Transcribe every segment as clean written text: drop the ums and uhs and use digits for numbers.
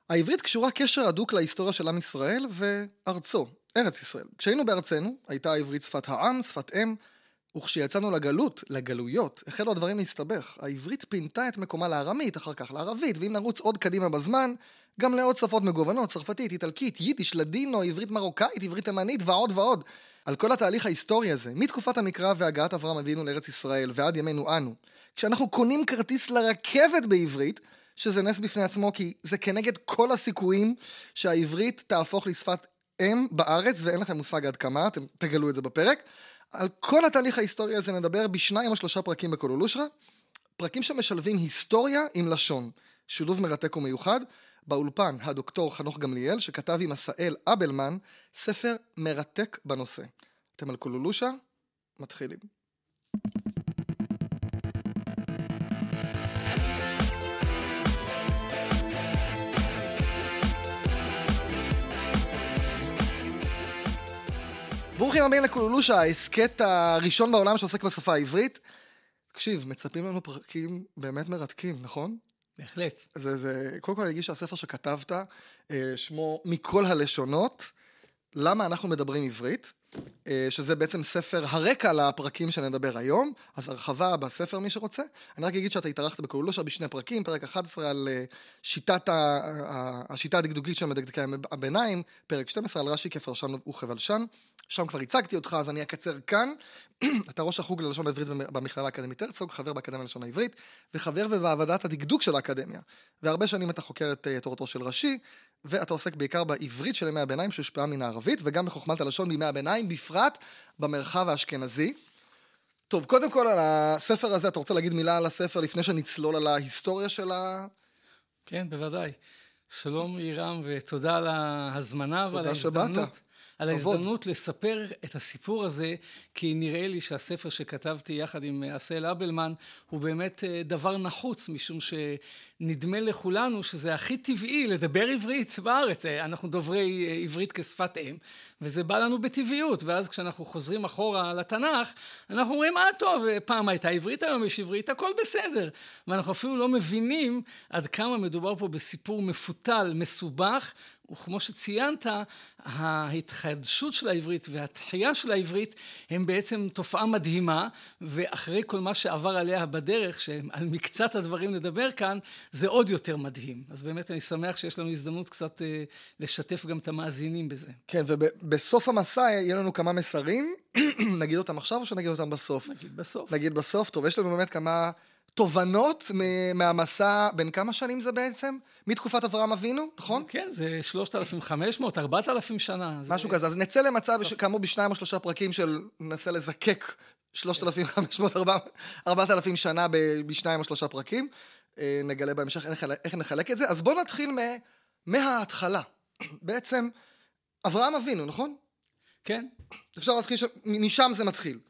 העברית קשורה קשר הדוק להיסטוריה של עם ישראל וארצו, ארץ ישראל. כשהיינו בארצנו, הייתה העברית שפת העם, שפת אם, וכשיצאנו לגלויות, החלו הדברים להסתבך. העברית פינתה את מקומה לארמית, אחר כך לערבית, ואם נרוץ עוד קדימה בזמן, גם לעוד שפות מגוונות, צרפתית, איטלקית, יידיש, לדינו, עברית מרוקאית, עברית תימנית ועוד ועוד. על כל התהליך ההיסטורי הזה, מתקופת המקרא והגעת אברהם אבינו לארץ ישראל ועד ימינו אנו, כשאנחנו קונים כרטיס לרכבת בעברית, שזה נס בפני עצמו, כי זה כנגד כל הסיכויים שהעברית תהפוך לשפת אם בארץ, ואין לכם מושג עד כמה, אתם תגלו את זה בפרק. על כל התהליך ההיסטורי הזה נדבר ב2 או 3 פרקים בקולולושרה, פרקים שמשלבים היסטוריה עם לשון, שילוב מרתק ומיוחד. באולפן הדוקטור חנוך גמליאל, שכתב עם עשאל אבלמן, ספר מרתק בנושא. אתם על קולולושה? מתחילים. ברוכים הבאים לקולולושה, העסקת הראשון בעולם שעוסק בשפה העברית. תקשיב, מצפים לנו פרקים באמת מרתקים, נכון? בהחלט. קודם כל אני אגיד שהספר שכתבת, שמו מכל הלשונות, למה אנחנו מדברים עברית, שזה בעצם ספר הרקע לפרקים שנדבר היום, אז הרחבה בספר מי שרוצה. אני רק אגיד שאתה התארחת בקולולושה ב2 פרקים, פרק 11 על השיטה הדקדוקית של מדקדקי הביניים, פרק 12 על רש"י כפרשן וכבלשן, שם כבר הצגתי אותך, אז אני אקצר כאן. אתה ראש החוג ללשון העברית במכללה האקדמית הרצוג, חבר באקדמיה ללשון העברית, וחבר בוועדת הדקדוק של האקדמיה. והרבה שנים אתה חוקר את תורתו של רש"י, ואתה עוסק בעיקר בעברית של ימי הביניים שהושפעה מן הערבית, וגם בחוכמת הלשון בימי הביניים, בפרט במרחב האשכנזי. טוב, קודם כל על הספר הזה, אתה רוצה להגיד מילה על הספר לפני שנצלול על ההיסטוריה של כן, בוודאי. שלום ירם, ותודה על ההזמנה ועל ההזדמנות. על ההזדמנות לספר את הסיפור הזה, כי נראה לי שהספר שכתבתי יחד עם עשאל אבלמן, הוא באמת דבר נחוץ, משום שנדמה לכולנו שזה הכי טבעי לדבר עברית בארץ. אנחנו דוברי עברית כשפת אם, וזה בא לנו בטבעיות, ואז כשאנחנו חוזרים אחורה לתנ"ך, אנחנו אומרים, טוב, פעם הייתה עברית, היום יש עברית, הכל בסדר. ואנחנו אפילו לא מבינים עד כמה מדובר פה בסיפור מפותל, מסובך, וכמו שציינת, ההתחדשות של העברית והתחייה של העברית הם בעצם תופעה מדהימה, ואחרי כל מה שעבר עליה בדרך, שעל מקצת הדברים לדבר כאן, זה עוד יותר מדהים. אז באמת אני שמח שיש לנו הזדמנות קצת לשתף גם את המאזינים בזה. כן, ובסוף המסע יהיה לנו כמה מסרים, נגיד אותם עכשיו או שנגיד אותם בסוף? נגיד בסוף. נגיד בסוף, טוב, יש לנו באמת כמה תובנות מהמסע, בין כמה שנים זה בעצם? מתקופת אברהם אבינו, נכון? כן, זה 3,500, 4,000 שנה. משהו כזה, אז נצא למצב כאמור ב2 או 3 פרקים של ננסה לזקק 3,500, 4,000 שנה ב2 או 3 פרקים, נגלה בהמשך איך נחלק את זה. אז בואו נתחיל מההתחלה. בעצם אברהם אבינו, נכון? כן. אפשר להתחיל, משם זה מתחיל.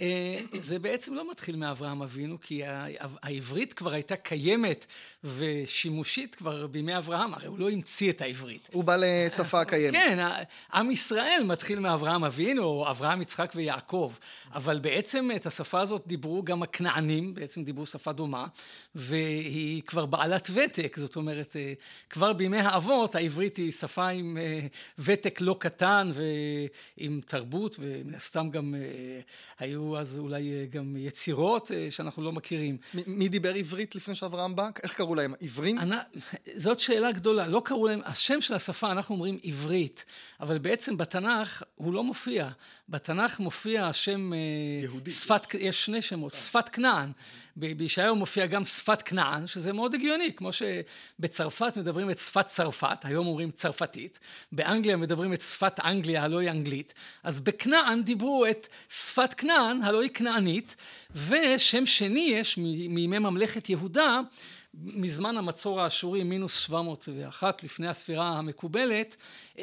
זה בעצם לא מתחיל מאברהם אבינו, כי העברית כבר הייתה קיימת ושימושית כבר בימי אברהם, הרי הוא לא המציא את העברית. הוא בא לשפה קיימת. כן, עם ישראל מתחיל מאברהם אבינו, או אברהם, יצחק ויעקב, אבל בעצם את השפה הזאת דיברו גם הכנענים, בעצם דיברו שפה דומה, והיא כבר בעלת ותק, זאת אומרת, כבר בימי האבות, העברית היא שפה עם ותק לא קטן, ועם תרבות, ומסתם גם היו אז אולי גם יצירות שאנחנו לא מכירים. מי דיבר עברית לפני שאברהם בא? איך קראו להם? עברים? זאת שאלה גדולה. לא קראו להם, השם של השפה, אנחנו אומרים עברית, אבל בעצם בתנ"ך הוא לא מופיע. בתנ"ך מופיע השם יהודי. יש 2 שמות, שפת כנען. בישעיהו מופיע גם שפת כנען, שזה מאוד הגיוני, כמו שבצרפת מדברים את שפת צרפת, היום אומרים צרפתית, באנגליה מדברים את שפת אנגליה, הלא היא אנגלית, אז בכנען דיברו את שפת כנען, הלא היא כנענית, ושם שני יש מימי ממלכת יהודה, מזמן המצור האשורי מינוס 701 לפני הספירה המקובלת,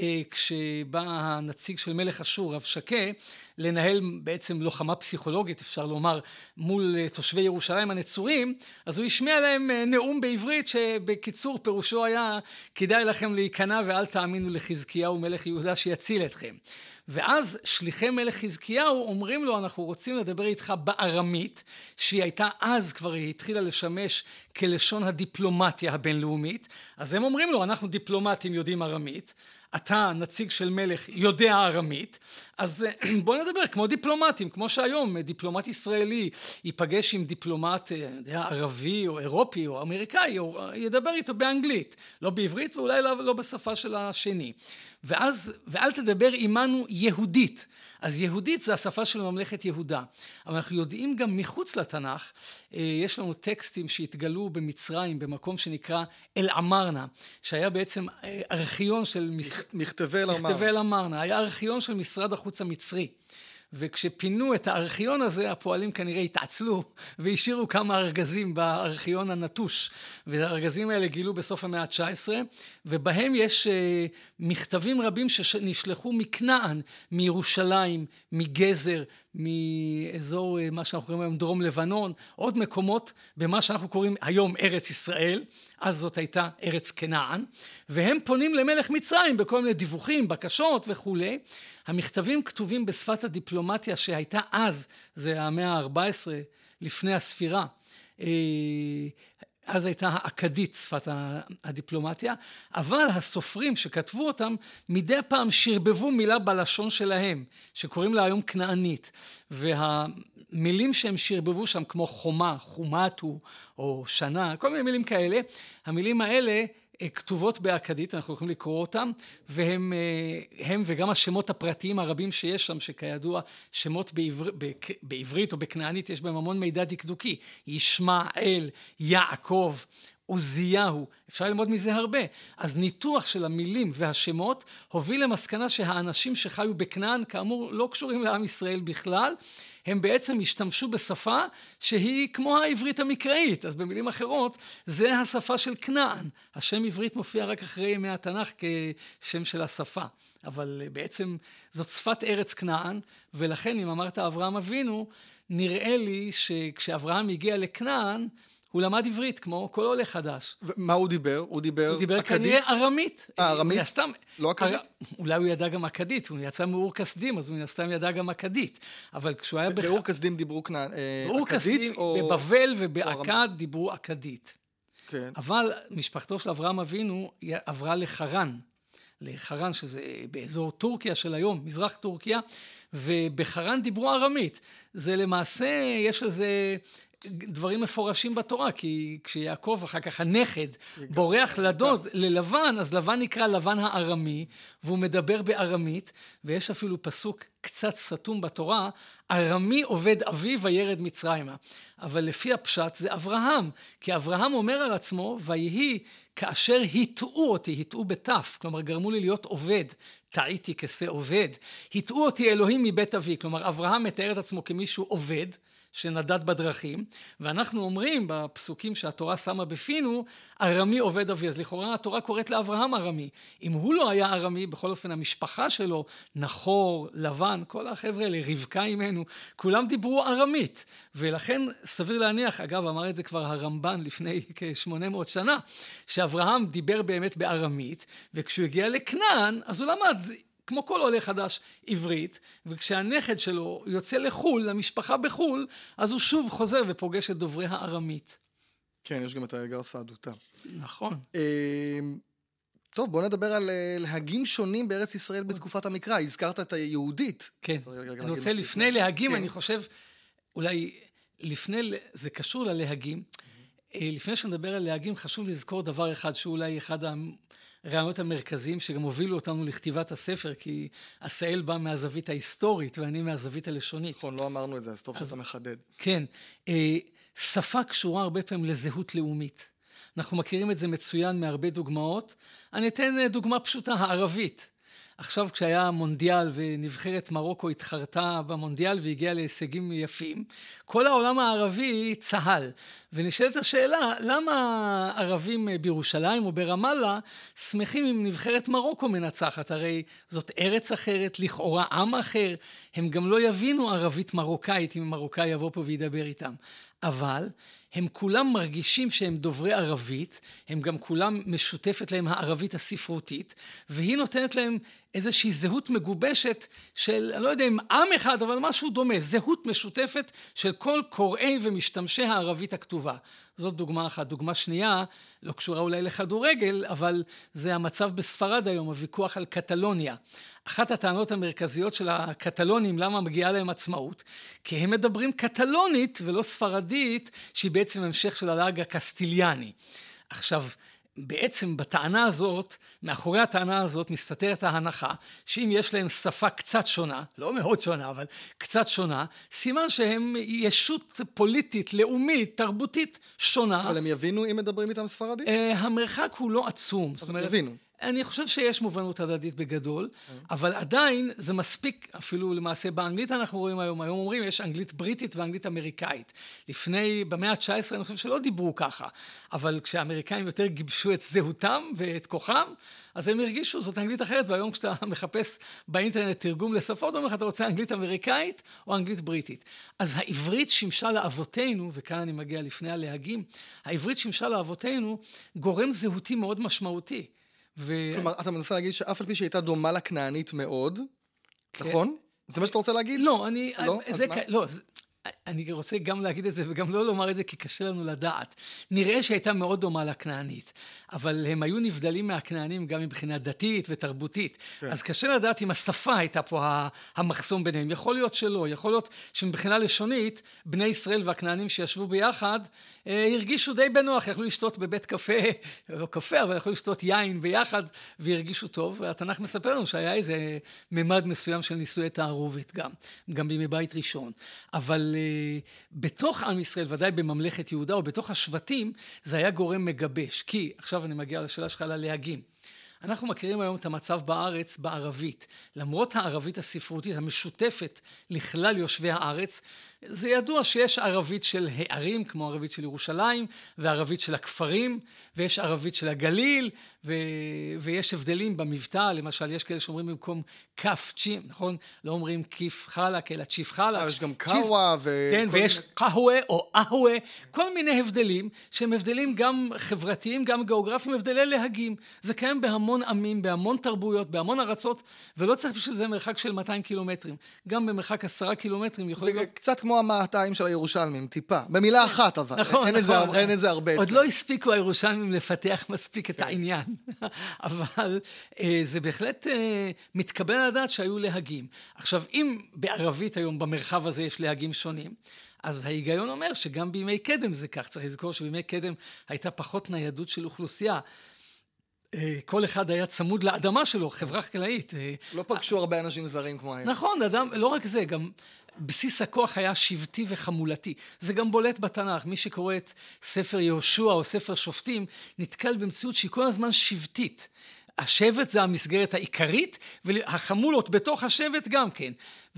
כשבא הנציג של מלך אשור רבשקה לנהל בעצם לוחמה פסיכולוגית, אפשר לומר, מול תושבי ירושלים הנצורים, אז הוא השמיע להם נאום בעברית שבקיצור פירושו היה, כדאי לכם להיכנע ואל תאמינו לחזקיהו מלך יהודה שיציל אתכם. ואז שליחי מלך חזקיהו אומרים לו, אנחנו רוצים לדבר איתך בארמית, שהיא הייתה אז כבר, היא התחילה לשמש כלשון הדיפלומטיה הבינלאומית, אז הם אומרים לו, אנחנו דיפלומטים יודעים ארמית, אתה נציג של מלך יודע ארמית, אז בוא נדבר כמו דיפלומטים, כמו שהיום דיפלומט ישראלי ייפגש עם דיפלומט ערבי או אירופי או אמריקאי, או ידבר איתו באנגלית, לא בעברית ואולי לא בשפה של השני. ואל תדבר עמנו יהודית. אז יהודית זה השפה של ממלכת יהודה. אבל אנחנו יודעים גם מחוץ לתנ"ך, יש לנו טקסטים שהתגלו במצרים, במקום שנקרא אל-עמרנה, שהיה בעצם ארכיון של... מכתבי אל-עמרנה. היה ארכיון של משרד החוץ המצרי. וכשפינו את הארכיון הזה, הפועלים כנראה התעצלו והשאירו כמה ארגזים בארכיון הנטוש. והארגזים האלה גילו בסוף המאה ה-19, ובהם יש מכתבים רבים שנשלחו מכנען, מירושלים, מגזר, מאזור מה שאנחנו קוראים היום דרום לבנון, עוד מקומות במה שאנחנו קוראים היום ארץ ישראל, אז זאת הייתה ארץ כנען, והם פונים למלך מצרים בכל מיני דיווחים, בקשות וכו'. המכתבים כתובים בשפת הדיפלומטיה שהייתה אז, זה המאה ה-14 לפני הספירה, אז הייתה האקדית שפת הדיפלומטיה, אבל הסופרים שכתבו אותם מדי פעם שרבבו מילה בלשון שלהם, שקוראים לה היום כנענית, והמילים שהם שרבבו שם כמו חומה, חומתו או שנה, כל מיני מילים כאלה, המילים האלה כתובות באקדית, אנחנו יכולים לקרוא אותם, והם וגם השמות הפרטיים הרבים שיש שם, שכידוע שמות בעברית או בכנענית יש בהם המון מידע דקדוקי, ישמעאל, יעקב, עוזיהו, אפשר ללמוד מזה הרבה. אז ניתוח של המילים והשמות הוביל למסקנה שהאנשים שחיו בכנען, כאמור, לא קשורים לעם ישראל בכלל, הם בעצם השתמשו בשפה שהיא כמו העברית המקראית. אז במילים אחרות, זה השפה של כנען. השם עברית מופיע רק אחרי ימי התנ"ך כשם של השפה. אבל בעצם זאת שפת ארץ כנען, ולכן אם אמרת אברהם אבינו, נראה לי שכשאברהם הגיע לכנען, הוא למד עברית כמו כל עולה חדש. מה הוא דיבר? הוא דיבר כנראה ארמית. ארמית? לא אקדית? אולי הוא ידע גם אקדית, הוא יצא מאור כסדים, אז הוא נסתם ידע גם אקדית. אבל כשהוא היה... באור כסדים דיברו אקדית? באור כסדים, בבבל ובאקד דיברו אקדית. כן. אבל משפחתו של אברהם אבינו עברה לחרן, שזה באזור טורקיה של היום, מזרח טורקיה, ובחרן דיברו ארמית. זה למעשה, יש לזה... דברים מפורשים בתורה, כי כשיעקב אחר כך הנכד בורח לדוד ללבן, אז לבן נקרא לבן הארמי, והוא מדבר בארמית, ויש אפילו פסוק קצת סתום בתורה, ארמי עובד אבי וירד מצרימה. אבל לפי הפשט זה אברהם, כי אברהם אומר על עצמו, ויהי כאשר היטעו אותי, היטעו בתף, כלומר גרמו לי להיות עובד, טעיתי כסה עובד, היטעו אותי אלוהים מבית אבי, כלומר אברהם מתאר את עצמו כמישהו עובד, שנדד בדרכים, ואנחנו אומרים בפסוקים שהתורה שמה בפינו, ארמי עובד אבי, אז לכאורה התורה קוראת לאברהם ארמי. אם הוא לא היה ארמי, בכל אופן המשפחה שלו, נחור, לבן, כל החבר'ה האלה, רבקה אימנו, כולם דיברו ארמית, ולכן סביר להניח, אגב אמר את זה כבר הרמב"ן לפני כ-800 שנה, שאברהם דיבר באמת בארמית, וכשהוא הגיע לכנען, אז הוא למד כמו כל עולה חדש עברית, וכשהנכד שלו יוצא לחול, למשפחה בחול, אז הוא שוב חוזר ופוגש את דוברי הארמית. כן, יש גם את הגרסה הדותה. נכון. טוב, בוא נדבר על להגים שונים בארץ ישראל בתקופת המקרא. הזכרת את היהודית. כן, אני רוצה לפני להגים, אני חושב, אולי לפני, זה קשור ללהגים. לפני שנדבר על להגים, חשוב לזכור דבר אחד, שאולי אחד הרעיונות המרכזיים שגם הובילו אותנו לכתיבת הספר, כי הסאל בא מהזווית ההיסטורית ואני מהזווית הלשונית. נכון, לא אמרנו את זה, אז טוב שאתה מחדד. כן, שפה קשורה הרבה פעמים לזהות לאומית. אנחנו מכירים את זה מצוין מהרבה דוגמאות. אני אתן דוגמה פשוטה, הערבית. עכשיו כשהיה מונדיאל ונבחרת מרוקו התחרתה במונדיאל והגיעה להישגים יפים, כל העולם הערבי צהל. ונשאלת השאלה, למה ערבים בירושלים או ברמאללה שמחים אם נבחרת מרוקו מנצחת? הרי זאת ארץ אחרת, לכאורה עם אחר, הם גם לא יבינו ערבית מרוקאית אם מרוקאי יבוא פה וידבר איתם. אבל הם כולם מרגישים שהם דוברי ערבית, הם גם כולם משותפת להם הערבית הספרותית, והיא נותנת להם איזושהי זהות מגובשת של, אני לא יודע אם עם אחד, אבל משהו דומה, זהות משותפת של כל קוראי ומשתמשי הערבית הכתובה. זאת דוגמה אחת. דוגמה שנייה, לא קשורה אולי לכדורגל, אבל זה המצב בספרד היום, הוויכוח על קטלוניה. אחת הטענות המרכזיות של הקטלונים, למה מגיעה להם עצמאות? כי הם מדברים קטלונית ולא ספרדית, שהיא בעצם המשך של הלאג הקסטיליאני. עכשיו, בעצם בטענה הזאת, מאחורי הטענה הזאת מסתתרת ההנחה, שאם יש להם שפה קצת שונה, לא מאוד שונה, אבל קצת שונה, סימן שהם ישות פוליטית, לאומית, תרבותית שונה. אבל הם יבינו אם מדברים איתם ספרדית? המרחק הוא לא עצום. אז הם יבינו. אני חושב שיש מובנות הדדית בגדול, אבל עדיין זה מספיק, אפילו למעשה באנגלית אנחנו רואים היום אומרים, יש אנגלית בריטית ואנגלית אמריקאית. לפני, במאה ה-19 אני חושב שלא דיברו ככה, אבל כשהאמריקאים יותר גיבשו את זהותם ואת כוחם, אז הם הרגישו, זאת אנגלית אחרת, והיום כשאתה מחפש באינטרנט תרגום לשפות, אומר לך, אתה רוצה אנגלית אמריקאית או אנגלית בריטית. אז העברית שימשה לאבותינו, וכאן אני מגיע לפני הלהגים, העברית שימשה לאבותינו גורם זהותי מאוד משמעותי. כלומר, אתה מנסה להגיד שאף על פי שהייתה דומה לכנענית מאוד, נכון? זה מה שאתה רוצה להגיד? לא, אני רוצה גם להגיד את זה וגם לא לומר את זה כי קשה לנו לדעת. נראה שהייתה מאוד דומה לכנענית, אבל הם היו נבדלים מהכנענים גם מבחינה דתית ותרבותית. אז קשה לדעת אם השפה הייתה פה המחסום ביניהם. יכול להיות שלא, יכול להיות שמבחינה לשונית, בני ישראל והכנענים שישבו ביחד, הרגישו די בנוח, יכלו לשתות בבית קפה, לא קפה, אבל יכלו לשתות יין ביחד, והרגישו טוב. והתנ"ך מספר לנו שהיה איזה ממד מסוים של נישואי תערובת גם בימי בית ראשון. אבל בתוך עם ישראל, ודאי בממלכת יהודה, או בתוך השבטים, זה היה גורם מגבש. כי, עכשיו אני מגיע לשאלה שלך על הלהגים. אנחנו מכירים היום את המצב בארץ בערבית. למרות הערבית הספרותית המשותפת לכלל יושבי הארץ, זה ידוע שיש ערבית של הערים, כמו ערבית של ירושלים, וערבית של הכפרים, ויש ערבית של הגליל, ויש הבדלים במבטא, למשל, יש כאלה שאומרים במקום כף צ'ים, נכון? לא אומרים כיף חלק, אלא צ'יף חלק. יש גם קאווה כן, ויש קהווה או אהווה, כל מיני הבדלים, שהם הבדלים גם חברתיים, גם גיאוגרפיים, הבדלי להגים. זה קיים בהמון עמים, בהמון תרבויות, בהמון ארצות, ולא צריך בשביל זה מרחק של 200 קילומטרים. גם במרחק 10 קילומטרים יכול להיות... קצת כמו המאתיים של הירושלמים, טיפה. במילה אחת אבל. נכון, אין את זה הרבה. עוד לא הספיקו הירושלמים לפתח מספיק את העניין. אבל זה בהחלט מתקבל לדעת שהיו להגים. עכשיו, אם בערבית היום במרחב הזה יש להגים שונים, אז ההיגיון אומר שגם בימי קדם זה כך. צריך לזכור שבימי קדם הייתה פחות ניידות של אוכלוסייה. כל אחד היה צמוד לאדמה שלו, חברה חקלאית. לא פגשו הרבה אנשים זרים כמו היום. נכון, לא רק זה, גם בסיס הכוח היה שבטי וחמולתי. זה גם בולט בתנ"ך. מי שקורא את ספר יהושע או ספר שופטים, נתקל במציאות שהיא כל הזמן שבטית. השבט זה המסגרת העיקרית, והחמולות בתוך השבט גם כן.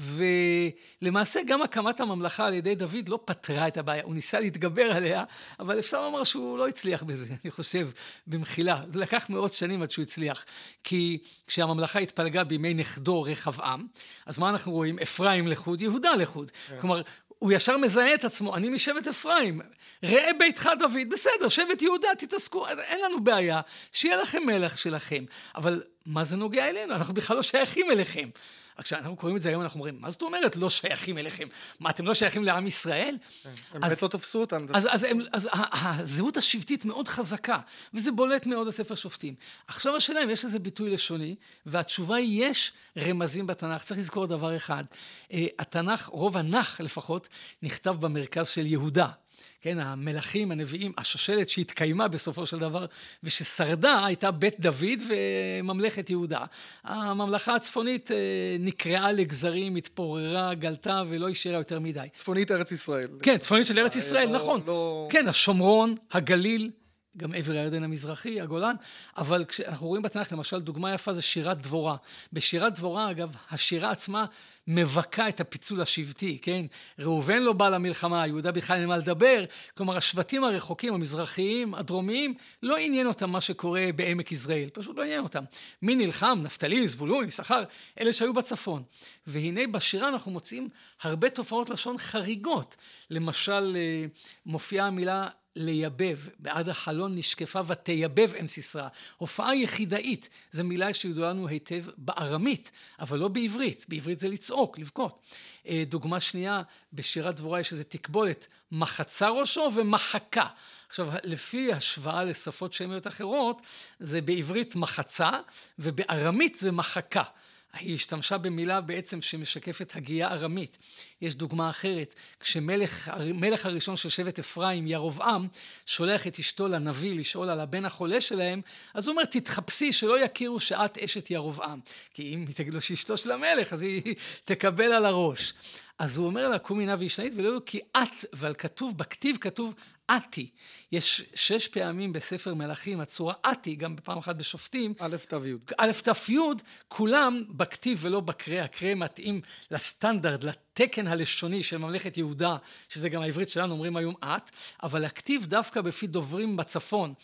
ולמעשה גם הקמת הממלכה על ידי דוד לא פתרה את הבעיה, הוא ניסה להתגבר עליה, אבל אפשר לומר שהוא לא הצליח בזה, אני חושב, במחילה. זה לקח מאות שנים עד שהוא הצליח, כי כשהממלכה התפלגה בימי נכדו רחבעם, אז מה אנחנו רואים? אפרים לחוד, יהודה לחוד. כלומר, הוא ישר מזהה את עצמו, אני משבט אפרים, ראה ביתך דוד, בסדר, שבט יהודה, תתעסקו, אין לנו בעיה, שיהיה לכם מלך שלכם. אבל מה זה נוגע אלינו? אנחנו בכלל לא שייכים אליכם. כשאנחנו קוראים את זה היום, אנחנו אומרים, מה זאת אומרת לא שייכים אליכם? מה, אתם לא שייכים לעם ישראל? הם באמת לא תפסו אותם. אז הזהות השבטית מאוד חזקה, וזה בולט מאוד בספר שופטים. עכשיו השאלה אם יש איזה ביטוי לשוני, והתשובה היא יש רמזים בתנ"ך. צריך לזכור דבר אחד, התנ"ך, רוב הנח לפחות, נכתב במרכז של יהודה. כן, המלכים, הנביאים, השושלת שהתקיימה בסופו של דבר, וששרדה הייתה בית דוד וממלכת יהודה. הממלכה הצפונית נקראה לגזרים, התפוררה, גלתה ולא יישארה יותר מדי. צפונית ארץ ישראל. כן, צפונית של ארץ ישראל, נכון. כן, השומרון, הגליל, גם עבר הירדן המזרחי, הגולן, אבל כשאנחנו רואים בתנ"ך, למשל, דוגמה יפה זה שירת דבורה. בשירת דבורה, אגב, השירה עצמה מבקה את הפיצול השבטי, כן? ראובן לא בא למלחמה, יהודה בכלל אין מה לדבר, כלומר, השבטים הרחוקים, המזרחיים, הדרומיים, לא עניין אותם מה שקורה בעמק יזרעאל, פשוט לא עניין אותם. מי נלחם? נפתלי, זבולון, יששכר, אלה שהיו בצפון. והנה בשירה אנחנו מוצאים הרבה תופעות לשון חריגות. למשל, מופיעה המילה לייבב, בעד החלון נשקפה ותייבב אם סיסרא. הופעה יחידאית, זו מילה שידוע לנו היטב בארמית, אבל לא בעברית. בעברית זה לצעוק, לבכות. דוגמה שנייה, בשירת דבורה יש איזה תקבולת, מחצה ראשו ומחקה. עכשיו, לפי השוואה לשפות שמיות אחרות, זה בעברית מחצה, ובארמית זה מחקה. היא השתמשה במילה בעצם שמשקפת הגייה ארמית. יש דוגמה אחרת, כשמלך הראשון של שבט אפרים, ירבעם, שולח את אשתו לנביא לשאול על הבן החולה שלהם, אז הוא אומר, תתחפשי שלא יכירו שאת אשת ירבעם. כי אם היא תגיד לו שאשתו של המלך, אז היא תקבל על הראש. אז הוא אומר לה, קומי נא וישנית, ולא כי את, ועל כתוב, בכתיב כתוב, אתי. יש 6 פעמים בספר מלכים, הצורה אתי, גם בפעם אחת בשופטים. א' ת' י'. א' ת' י', כולם בכתיב ולא בקרא. הקרא מתאים לסטנדרט, לתקן הלשוני של ממלכת יהודה, שזה גם העברית שלנו, אומרים היום את, אבל הכתיב דווקא בפי דוברים בצפון,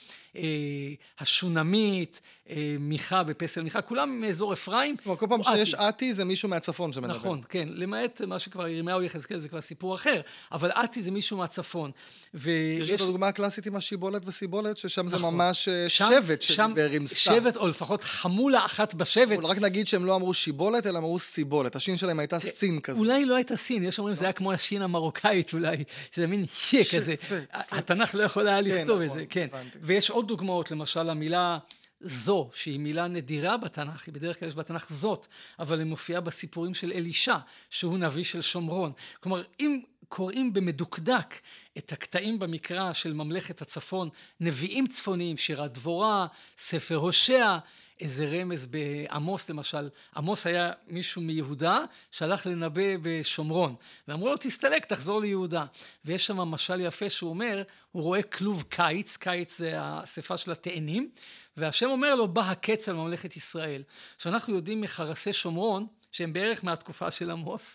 השונמית, מיכה בפסל מיכה, כולם מאזור אפרים. כל פעם שיש אתי זה מישהו מהצפון שמדבר. נכון, כן, למעט מה שכבר ירמיהו יחזקאל זה כבר סיפור אחר, אבל אתי זה מישהו מהצפון. יש את הדוגמה הקלאסית עם השיבולת וסיבולת, ששם זה ממש שבט שדיבר עם סתם. שבט, או לפחות חמולה אחת בשבט. רק נגיד שהם לא אמרו שיבולת, אלא אמרו סיבולת. השין שלהם הייתה סין כזה. אולי לא הייתה סין, יש אומרים, זה היה כמו השין המרוקאית אולי, שזה מין שיה כזה. התנ"ך לא יכול היה לכתוב את זה, כן. ויש עוד דוגמאות, למשל המילה זו, שהיא מילה נדירה בתנ"ך, היא בדרך כלל יש בתנ"ך זאת, אבל היא מופיעה בסיפורים של אלישע, שהוא נביא של שומרון. כלומר, אם קוראים במדוקדק את הקטעים במקרא של ממלכת הצפון, נביאים צפוניים, שירת דבורה, ספר הושע, איזה רמז בעמוס למשל. עמוס היה מישהו מיהודה שהלך לנבא בשומרון, ואמרו לו תסתלק, תחזור ליהודה. ויש שם משל יפה שהוא אומר, הוא רואה כלוב קיץ, קיץ זה השפה של התאנים, והשם אומר לו בא הקץ על ממלכת ישראל. שאנחנו יודעים מחרסי שומרון, שהם בערך מהתקופה של עמוס,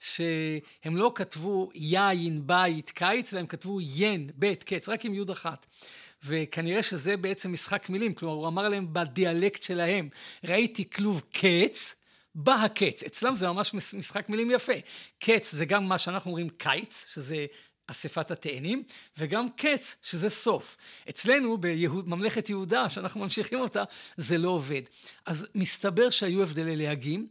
שהם לא כתבו יין, בית, קיץ, אלא הם כתבו ין, בית, קץ, רק עם יוד אחת. וכנראה שזה בעצם משחק מילים, כלומר הוא אמר להם בדיאלקט שלהם, ראיתי כלוב קץ, בא הקץ. אצלם זה ממש משחק מילים יפה. קץ זה גם מה שאנחנו אומרים קיץ, שזה אספת התאנים, וגם קץ, שזה סוף. אצלנו בממלכת יהודה, שאנחנו ממשיכים אותה, זה לא עובד. אז מסתבר שהיו הבדלי להגים,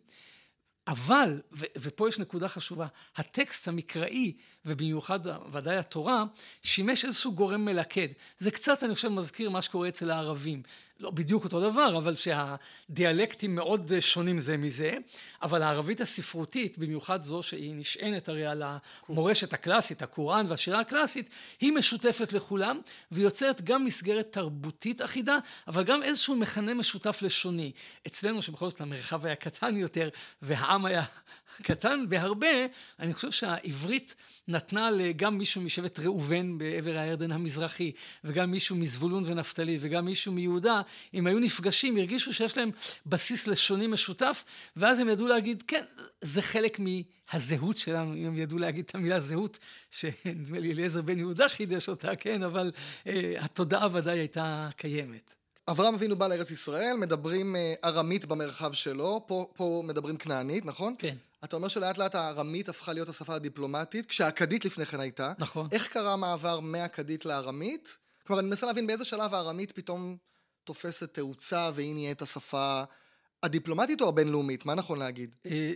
אבל, ופה יש נקודה חשובה, הטקסט המקראי, ובמיוחד ודאי התורה, שימש איזשהו גורם מלכד. זה קצת, אני חושב, מזכיר מה שקורה אצל הערבים. לא בדיוק אותו דבר, אבל שהדיאלקטים מאוד שונים זה מזה, אבל הערבית הספרותית, במיוחד זו שהיא נשענת הרי על המורשת הקלאסית, הקוראן והשירה הקלאסית, היא משותפת לכולם, ויוצרת גם מסגרת תרבותית אחידה, אבל גם איזשהו מכנה משותף לשוני. אצלנו שבכל זאת המרחב היה קטן יותר, והעם היה קטן בהרבה, אני חושב שהעברית נתנה גם מישהו משבט ראובן בעבר הירדן המזרחי, וגם מישהו מזבולון ונפתלי, וגם מישהו מיהודה, אם היו נפגשים, הרגישו שיש להם בסיס לשוני משותף, ואז הם ידעו להגיד, כן, זה חלק מהזהות שלנו, אם הם ידעו להגיד את המילה זהות, שנדמה לי אליעזר בן יהודה חידש אותה, כן, אבל התודעה ודאי הייתה קיימת. אברהם אבינו בא לארץ ישראל, מדברים ארמית במרחב שלו, פה מדברים כנענית, נכון? כן. אתה אומר שלאט לאט הארמית הפכה להיות השפה הדיפלומטית, כשהאכדית לפני כן הייתה. נכון. איך קרה מעבר מהאכדית לארמית? כלומר, אני מנסה להבין באיזה שלב הארמית פתאום תופסת תאוצה, והיא נהיית השפה הדיפלומטית או הבינלאומית? מה נכון להגיד?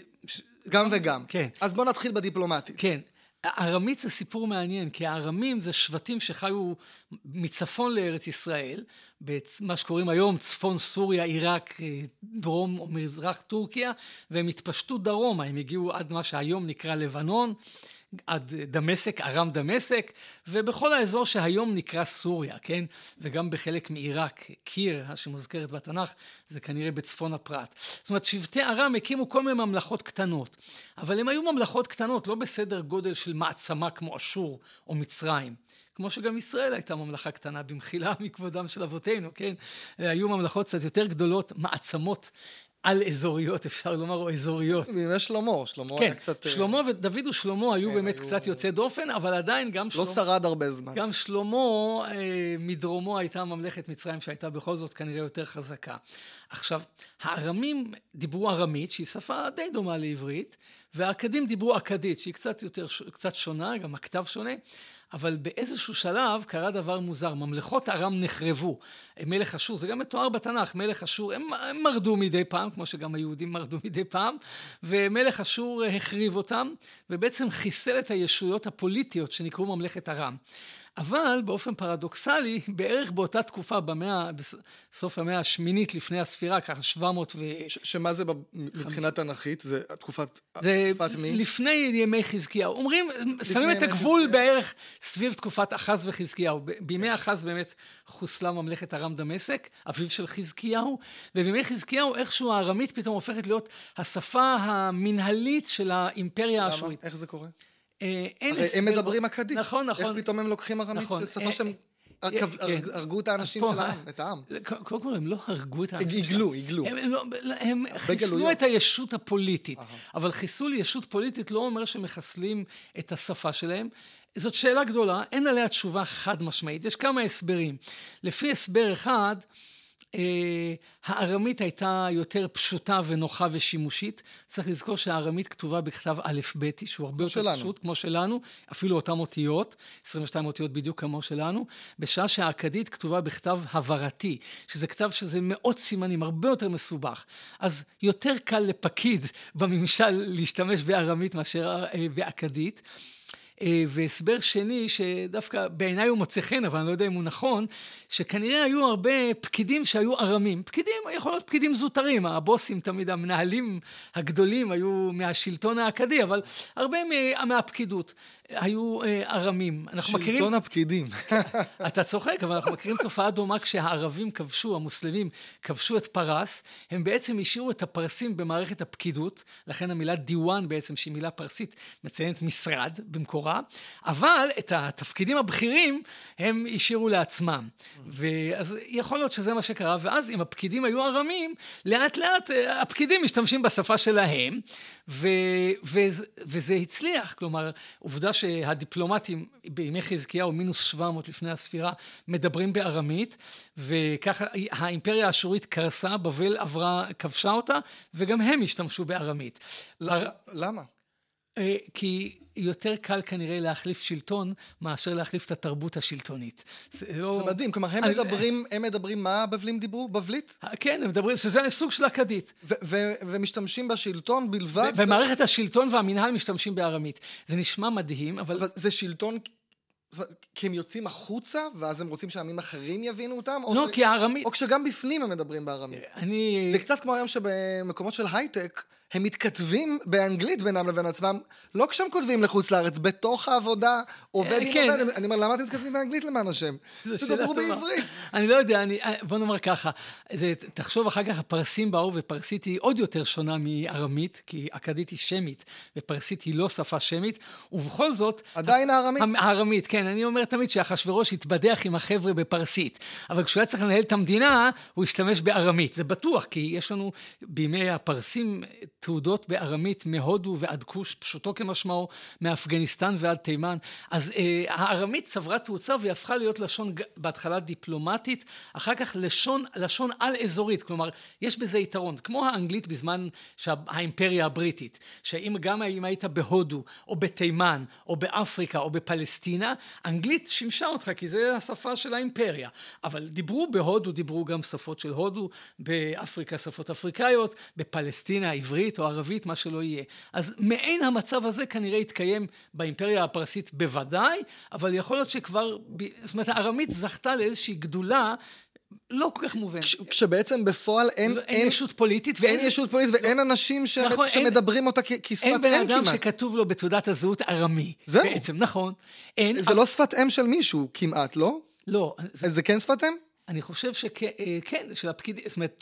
גם וגם. כן. אז בוא נתחיל בדיפלומטית. כן. הארמית זה סיפור מעניין, כי הארמים זה שבטים שחיו מצפון לארץ ישראל, במה שקוראים היום צפון סוריה, עיראק, דרום או מזרח טורקיה, והם התפשטו דרומה, הם הגיעו עד מה שהיום נקרא לבנון, עד דמשק, ארם דמשק, ובכל האזור שהיום נקרא סוריה, כן? וגם בחלק מעיראק, קיר, שמוזכרת בתנ"ך, זה כנראה בצפון הפרת. זאת אומרת, שבטי ארם הקימו כל מיני ממלכות קטנות, אבל הם היו ממלכות קטנות, לא בסדר גודל של מעצמה כמו אשור או מצרים. כמו שגם ישראל הייתה ממלכה קטנה, במחילה מכבודם של אבותינו, כן? היו ממלכות קצת יותר גדולות, מעצמות על אזוריות, אפשר לומר, או אזוריות. בימי שלמה כן, היה קצת... שלמה ודוד ושלמה היו באמת קצת יוצאי דופן, אבל עדיין גם שלמה... לא שרד הרבה זמן. גם שלמה, מדרומו הייתה ממלכת מצרים, שהייתה בכל זאת כנראה יותר חזקה. עכשיו, הארמים דיברו ארמית, שהיא שפה די דומה לעברית, והאכדים דיברו אכדית, שהיא קצת שונה, גם הכתב שונה, אבל באיזשהו שלב קרה דבר מוזר, ממלכות ארם נחרבו. מלך אשור, זה גם מתואר בתנ"ך, מלך אשור, הם מרדו מדי פעם, כמו שגם היהודים מרדו מדי פעם, ומלך אשור החריב אותם, ובעצם חיסל את הישויות הפוליטיות שנקראו ממלכת ארם. אבל באופן פרדוקסלי, בערך באותה תקופה, בסוף המאה השמינית לפני הספירה, ככה 700 שמה זה מבחינה תנ"כית? זה תקופת מי? לפני ימי חזקיהו. אומרים, שמים את הגבול בערך סביב תקופת אחז וחזקיהו. בימי אחז באמת חוסלה ממלכת ארם דמשק, אביו של חזקיהו, ובימי חזקיהו איכשהו הארמית פתאום הופכת להיות השפה המנהלית של האימפריה האשורית. איך זה קורה? הרי הם מדברים אכדית. נכון. איך פתאום הם לוקחים ארמית של שפה שהם הרגו את האנשים של העם, את העם? קודם כל הם לא הרגו את האנשים. הגלו. הם חיסלו את הישות הפוליטית. אבל חיסול ישות פוליטית לא אומר שמחסלים את השפה שלהם. זאת שאלה גדולה, אין עליה תשובה חד משמעית. יש כמה הסברים. לפי הסבר אחד, הארמית הייתה יותר פשוטה ונוחה ושימושית. צריך לזכור שהארמית כתובה בכתב א' ב', שהוא הרבה יותר פשוט, כמו שלנו, אפילו אותם אותיות, 22 אותיות בדיוק כמו שלנו, בשעה שהאכדית כתובה בכתב הברתי, שזה כתב שזה מאות סימנים, הרבה יותר מסובך. אז יותר קל לפקיד בממשל להשתמש בארמית מאשר באכדית. והסבר שני, שדווקא בעיניי הוא מוצא חן, אבל אני לא יודע אם הוא נכון, שכנראה היו הרבה פקידים שהיו ארמים. פקידים, יכול להיות פקידים זוטרים, הבוסים תמיד, המנהלים הגדולים היו מהשלטון האכדי, אבל הרבה מהפקידות היו ארמים. שלטון הפקידים. אתה צוחק, אבל אנחנו מכירים תופעה דומה כשהערבים כבשו, המוסלמים כבשו את פרס, הם בעצם השאירו את הפרסים במערכת הפקידות, לכן המילה דיוואן בעצם, שהיא מילה פרסית, מציינת משרד במקורה, אבל את התפקידים הבכירים הם השאירו לעצמם. ואז יכול להיות שזה מה שקרה, ואז אם הפקידים היו ארמים, לאט לאט הפקידים משתמשים בשפה שלהם, וזה הצליח. כלומר, עובדה שהדיפלומטים בימי חזקיהו מינוס 700 לפני הספירה מדברים בארמית, וככה האימפריה האשורית קרסה, בבל עברה, כבשה אותה, וגם הם השתמשו בארמית. למה? כי יותר קל כנראה להחליף שלטון מאשר להחליף את התרבות השלטונית. זה מדהים, כלומר הם מדברים מה הבבלים דיברו? בבלית? כן, הם מדברים, שזה סוג של אכדית. ומשתמשים בשלטון בלבד? במערכת השלטון והמנהל משתמשים בארמית. זה נשמע מדהים, אבל... זה שלטון... כי הם יוצאים החוצה, ואז הם רוצים שעמים אחרים יבינו אותם? לא, כי הארמית... או כשגם בפנים הם מדברים בארמית. זה קצת כמו היום שבמקומות של הייטק, הם מתכתבים באנגלית בינם לבין עצמם, לא כשהם כותבים לחוץ לארץ, בתוך העבודה, עובד עם עובד. אני אומר, למה אתם מתכתבים באנגלית למען השם? תדברו בעברית. אני לא יודע, בוא נאמר ככה, תחשוב אחר כך, הפרסים באו, ופרסית היא עוד יותר שונה מארמית, כי אכדית היא שמית, ופרסית היא לא שפה שמית, ובכל זאת... עדיין הארמית? הארמית, כן. אני אומר תמיד שאחשוורוש התבדח עם החבר'ה בפרסית, אבל כשהוא היה צריך לנהל את המדינה, הוא השתמש בארמית. זה בטוח, כי יש לנו בימי הפרסים תעודות בארמית מהודו ועד כוש, פשוטו כמשמעו, מאפגניסטן ועד תימן. אז הארמית צברה תאוצה והיא הפכה להיות לשון בהתחלה דיפלומטית, אחר כך לשון על-אזורית, כלומר, יש בזה יתרון, כמו האנגלית בזמן האימפריה הבריטית, גם אם היית בהודו, או בתימן, או באפריקה, או בפלסטינה, אנגלית שימשה אותך, כי זה השפה של האימפריה. אבל דיברו בהודו, דיברו גם שפות של הודו, באפריקה שפות אפריקאיות, בפלסטינה עברית או ערבית, מה שלא יהיה. אז מעין המצב הזה כנראה יתקיים באימפריה הפרסית בוודאי, אבל יכול להיות שכבר, זאת אומרת, הארמית זכתה לאיזושהי גדולה, לא כל כך מובן. כשבעצם בפועל אין ישות פוליטית. אין ישות פוליטית ואין אנשים שמדברים אותה כשפת אם כמעט. אין בן אדם שכתוב לו בתעודת הזהות ארמי. זהו. בעצם, נכון. זה לא שפת אם של מישהו כמעט, לא? לא. זה כן שפת אם? אני חושב שכן, של הפקידים, זאת אומרת,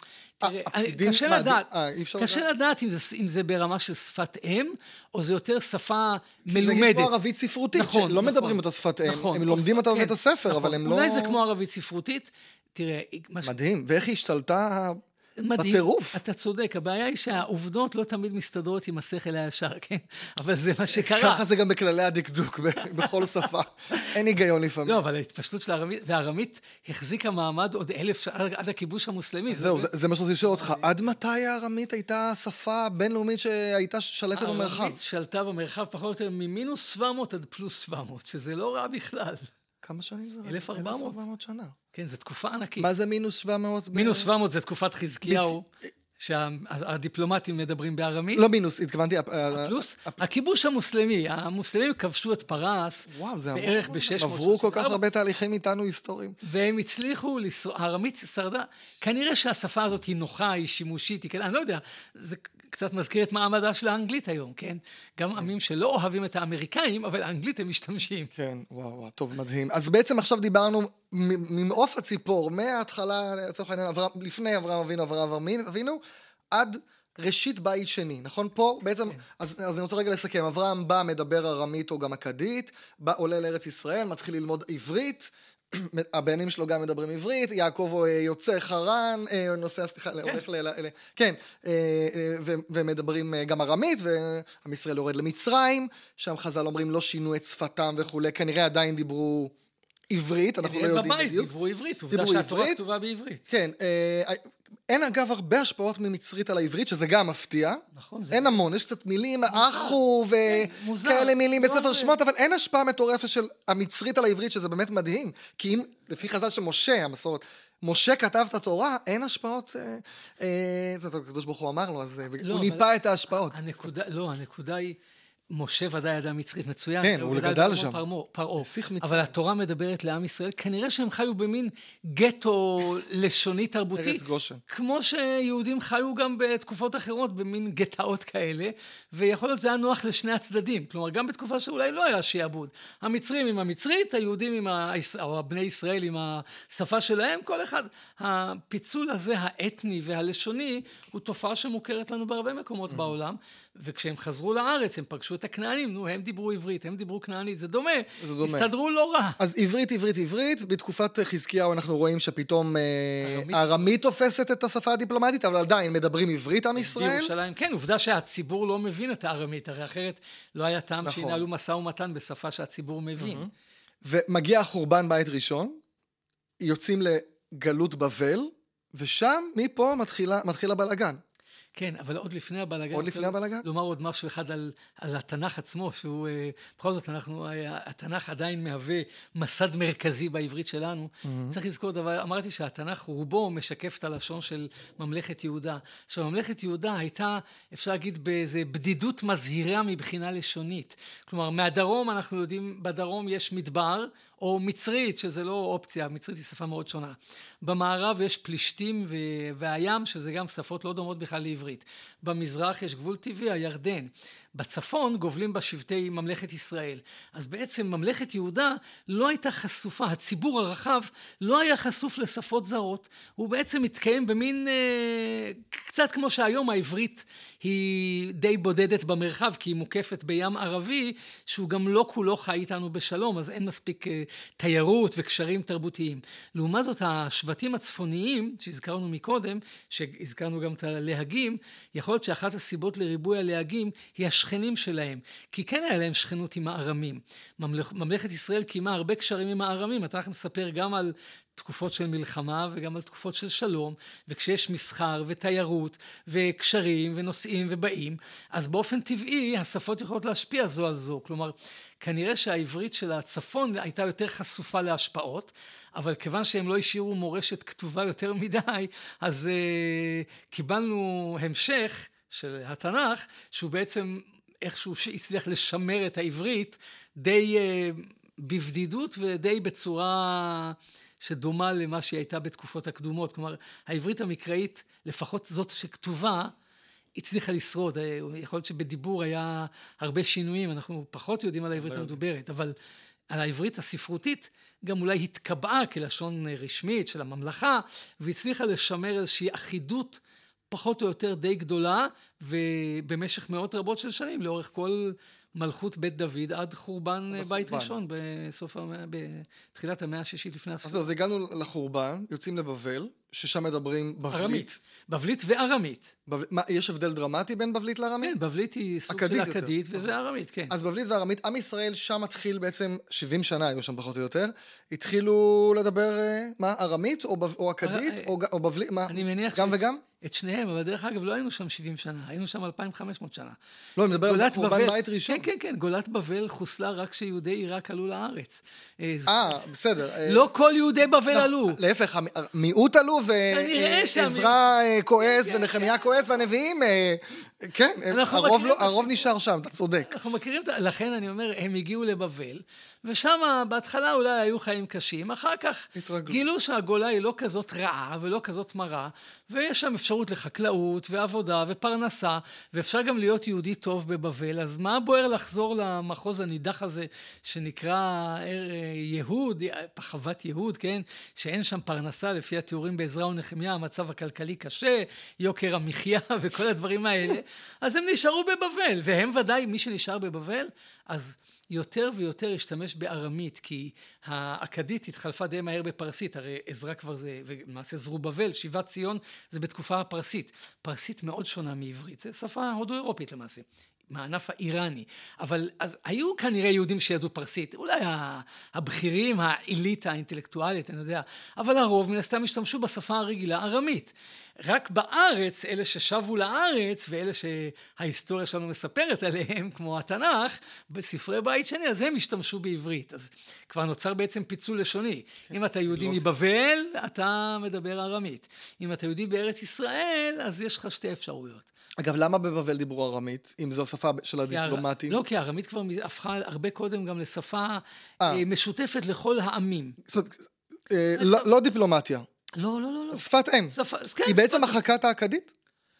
קשה לדעת אם זה ברמה של שפת אם, או זה יותר שפה מלומדת. זה כמו ערבית ספרותית, שלא מדברים אותה שפת אם, הם לומדים אותה בבית הספר, אבל הם לא... אולי זה כמו ערבית ספרותית, תראה... מדהים, ואיך היא השתלטה בטירוף. אתה צודק, הבעיה היא שהעובדות לא תמיד מסתדרות עם השכל הישר, כן? אבל זה מה שקרה. ככה זה גם בכללי הדקדוק, בכל שפה. אין היגיון לפעמים. לא, אבל ההתפשטות של הארמית, והארמית החזיקה מעמד עוד 1000 עד הכיבוש המוסלמי. זהו, זה מה שרציתי לשאול אותך. עד מתי הארמית הייתה שפה בינלאומית שהייתה שלטת במרחב? הארמית שלטה במרחב פחות או יותר ממינוס 700 עד פלוס 700, שזה לא רע בכלל. כמה שנים זה? 1400 שנה. כן, זו תקופה ענקית. מה זה מינוס 700? מינוס 700 זה תקופת חזקיהו, שהדיפלומטים מדברים בארמית. לא מינוס, התכוונתי... פלוס, הכיבוש המוסלמי, המוסלמים כבשו את פרס, בערך ב-600. עברו כל כך הרבה תהליכים איתנו היסטוריים. והם הצליחו, הארמית שרדה, כנראה שהשפה הזאת היא נוחה, היא שימושית, אני לא יודע, זה... קצת מזכיר את מעמדה של האנגלית היום, כן? גם עמים שלא אוהבים את האמריקאים, אבל האנגלית הם משתמשים. כן, וואו, טוב, מדהים. אז בעצם עכשיו דיברנו ממעוף הציפור, מההתחלה, לצורך העניין, לפני אברהם אבינו, עד ראשית בית שני, נכון? פה בעצם, אז אני רוצה רגע לסכם, אברהם בא, מדבר ארמית או גם אכדית, עולה לארץ ישראל, מתחיל ללמוד עברית, הבנים שלו גם מדברים עברית, יעקב יוצא חרן, נוסע, סליחה, הולך כן, ומדברים גם ארמית, ועם ישראל יורד למצרים, שם חז"ל אומרים לא שינו את שפתם וכו', כנראה עדיין דיברו עברית, אנחנו לא יודעים בדיוק. בבית דיברו עברית, עובדה שהתורה כתובה בעברית. כן, אין אגב הרבה השפעות ממצרית על העברית, שזה גם מפתיע. נכון. אין המון, יש קצת מילים, אחו וכאלה מילים בספר שמות, אבל אין השפעה מטורפת של המצרית על העברית, שזה באמת מדהים. כי אם, לפי חז"ל שמשה, המסורת, משה כתב את התורה, אין השפעות, זאת הקדוש ברוך הוא אמר לו, אז הוא ניפה את ההשפעות. הנקודה היא, משה ודאי ידע מצרית מצוין. כן, הוא גדל שם. פרעה. אבל התורה מדברת לעם ישראל, כנראה שהם חיו במין גטו לשוני תרבותי. ארץ גושן. כמו שיהודים חיו גם בתקופות אחרות, במין גטאות כאלה, ויכול להיות זה היה נוח לשני הצדדים. כלומר, גם בתקופה שאולי לא היה שיעבוד. המצרים עם המצרית, היהודים או הבני ישראל עם השפה שלהם, כל אחד. הפיצול הזה, האתני והלשוני, הוא תופעה שמוכרת לנו בהרבה מקומות בעולם, וכשהם חזרו לארץ, הם פגשו את הכנענים, הם דיברו עברית, הם דיברו כנענית, זה דומה. הסתדרו לא רע. אז עברית, בתקופת חזקיהו אנחנו רואים שפתאום הארמית תופסת את השפה הדיפלומטית, אבל עדיין מדברים עברית עם ישראל. בירושלים, כן, עובדה שהציבור לא מבין את הארמית, הרי אחרת לא היה טעם שינהלו משא ומתן בשפה שהציבור מבין. ומגיע החורבן בית ראשון, יוצאים לגלות בבל, ושם מפה מתחיל הבלגן. כן, אבל עוד לפני הבלגן. עוד לפני הבלגן? לומר עוד משהו אחד על התנ"ך עצמו, שהוא, בכל זאת התנ"ך עדיין מהווה מסד מרכזי בעברית שלנו. צריך לזכור דבר, אמרתי שהתנ"ך רובו משקף את הלשון של ממלכת יהודה. עכשיו, ממלכת יהודה הייתה, אפשר להגיד, באיזו בדידות מזהירה מבחינה לשונית. כלומר, מהדרום אנחנו יודעים, בדרום יש מדבר, או מצרית, שזה לא אופציה, מצרית היא שפה מאוד שונה. במערב יש פלישתים והים, שזה גם שפות לא דומות בכלל לעברית. במזרח יש גבול טבעי, הירדן. בצפון גובלים בשבטי ממלכת ישראל. אז בעצם ממלכת יהודה לא הייתה חשופה, הציבור הרחב לא היה חשוף לשפות זרות. הוא בעצם מתקיים במין, קצת כמו שהיום העברית היא די בודדת במרחב, כי היא מוקפת בים ערבי, שהוא גם לא כולו חי איתנו בשלום, אז אין מספיק תיירות וקשרים תרבותיים. לעומת זאת, השבטים הצפוניים, שהזכרנו מקודם, שהזכרנו גם את הלהגים, יכול להיות שאחת הסיבות לריבוי הלהגים היא השכנים שלהם, כי כן היה להם שכנות עם הארמים. ממלכת ישראל קיימה הרבה קשרים עם הארמים, אתה מספר גם על תקופות של מלחמה וגם על תקופות של שלום, וכשיש מסחר ותיירות וקשרים ונוסעים ובאים, אז באופן טבעי השפות יכולות להשפיע זו על זו. כלומר, כנראה שהעברית של הצפון הייתה יותר חשופה להשפעות, אבל כיוון שהם לא השאירו מורשת כתובה יותר מדי, אז קיבלנו המשך של התנ"ך, שהוא בעצם איכשהו הצליח לשמר את העברית די בבדידות ודי בצורה שדומה למה שהיא הייתה בתקופות הקדומות. כלומר, העברית המקראית, לפחות זאת שכתובה, הצליחה לשרוד. יכול להיות שבדיבור היה הרבה שינויים, אנחנו פחות יודעים על העברית המדוברת, אבל על העברית הספרותית, גם אולי התקבעה כלשון רשמית של הממלכה, והצליחה לשמר איזושהי אחידות פחות או יותר די גדולה, ובמשך מאות רבות של שנים, לאורך כל מלכות בית דוד, עד חורבן בית ראשון, בתחילת המאה השישית לפני הספירה. אז הגענו לחורבן, יוצאים לבבל, ששם מדברים בבלית. בבלית וארמית. יש הבדל דרמטי בין בבלית לארמית? כן, בבלית היא סוג של אכדית, וזה ארמית, כן. אז בבלית וארמית, עם ישראל שם התחיל בעצם, 70 שנה היו שם פחות או יותר, התחילו לדבר, מה, ארמית או אכדית, או בבלית, מה, גם וגם? את שניהם, אבל דרך אגב לא היינו שם 70 שנה, היינו שם 2,500 שנה. לא, אני מדבר על חורבן בית ראשון. כן, כן, כן, גולת בבל חוסלה רק כשיהודי עיראק עלו לארץ. בסדר. לא כל יהודי בבל עלו. להפך, מיעוט עלו ועזרא כועס ונחמיה כועס והנביאים, כן, הרוב נשאר שם, אתה צודק. אנחנו מכירים, לכן אני אומר, הם הגיעו לבבל, ושם בהתחלה אולי היו חיים קשים, אחר כך גילו שהגולה היא לא כזאת רעה ולא כזאת מרה, ויש שם אפשרות לחקלאות ועבודה ופרנסה, ואפשר גם להיות יהודי טוב בבבל, אז מה בוער לחזור למחוז הנידח הזה, שנקרא יהוד, חוות יהוד, כן? שאין שם פרנסה לפי התיאורים בעזרא ונחמיה, המצב הכלכלי קשה, יוקר המחיה וכל הדברים האלה, אז הם נשארו בבבל, והם ודאי, מי שנשאר בבבל, אז יותר ויותר השתמש בארמית, כי האכדית התחלפה די מהר בפרסית, הרי עזרא כבר זה, ומעשה זרובבל, שיבת ציון, זה בתקופה הפרסית. פרסית מאוד שונה מעברית, זה שפה הודו-אירופית למעשה. מהענף האיראני, אבל אז היו כנראה יהודים שידעו פרסית, אולי הבכירים, העילית האינטלקטואלית, אני יודע, אבל הרוב מן הסתם השתמשו בשפה הרגילה ארמית. רק בארץ, אלה ששבו לארץ, ואלה שההיסטוריה שלנו מספרת עליהם, כמו התנ"ך, בספרי בית שני, אז הם השתמשו בעברית. אז כבר נוצר בעצם פיצול לשוני. כן, אם אתה יהודי מבבל, אתה מדבר ארמית. אם אתה יהודי בארץ ישראל, אז יש לך שתי אפשרויות. אגב, למה בבבל דיברו ארמית, אם זו שפה של הדיפלומטים? לא, כי הארמית כבר הפכה הרבה קודם גם לשפה משותפת לכל העמים. זאת אומרת, לא דיפלומטיה. לא, לא, לא. שפת אם. היא בעצם מחקה את האכדית?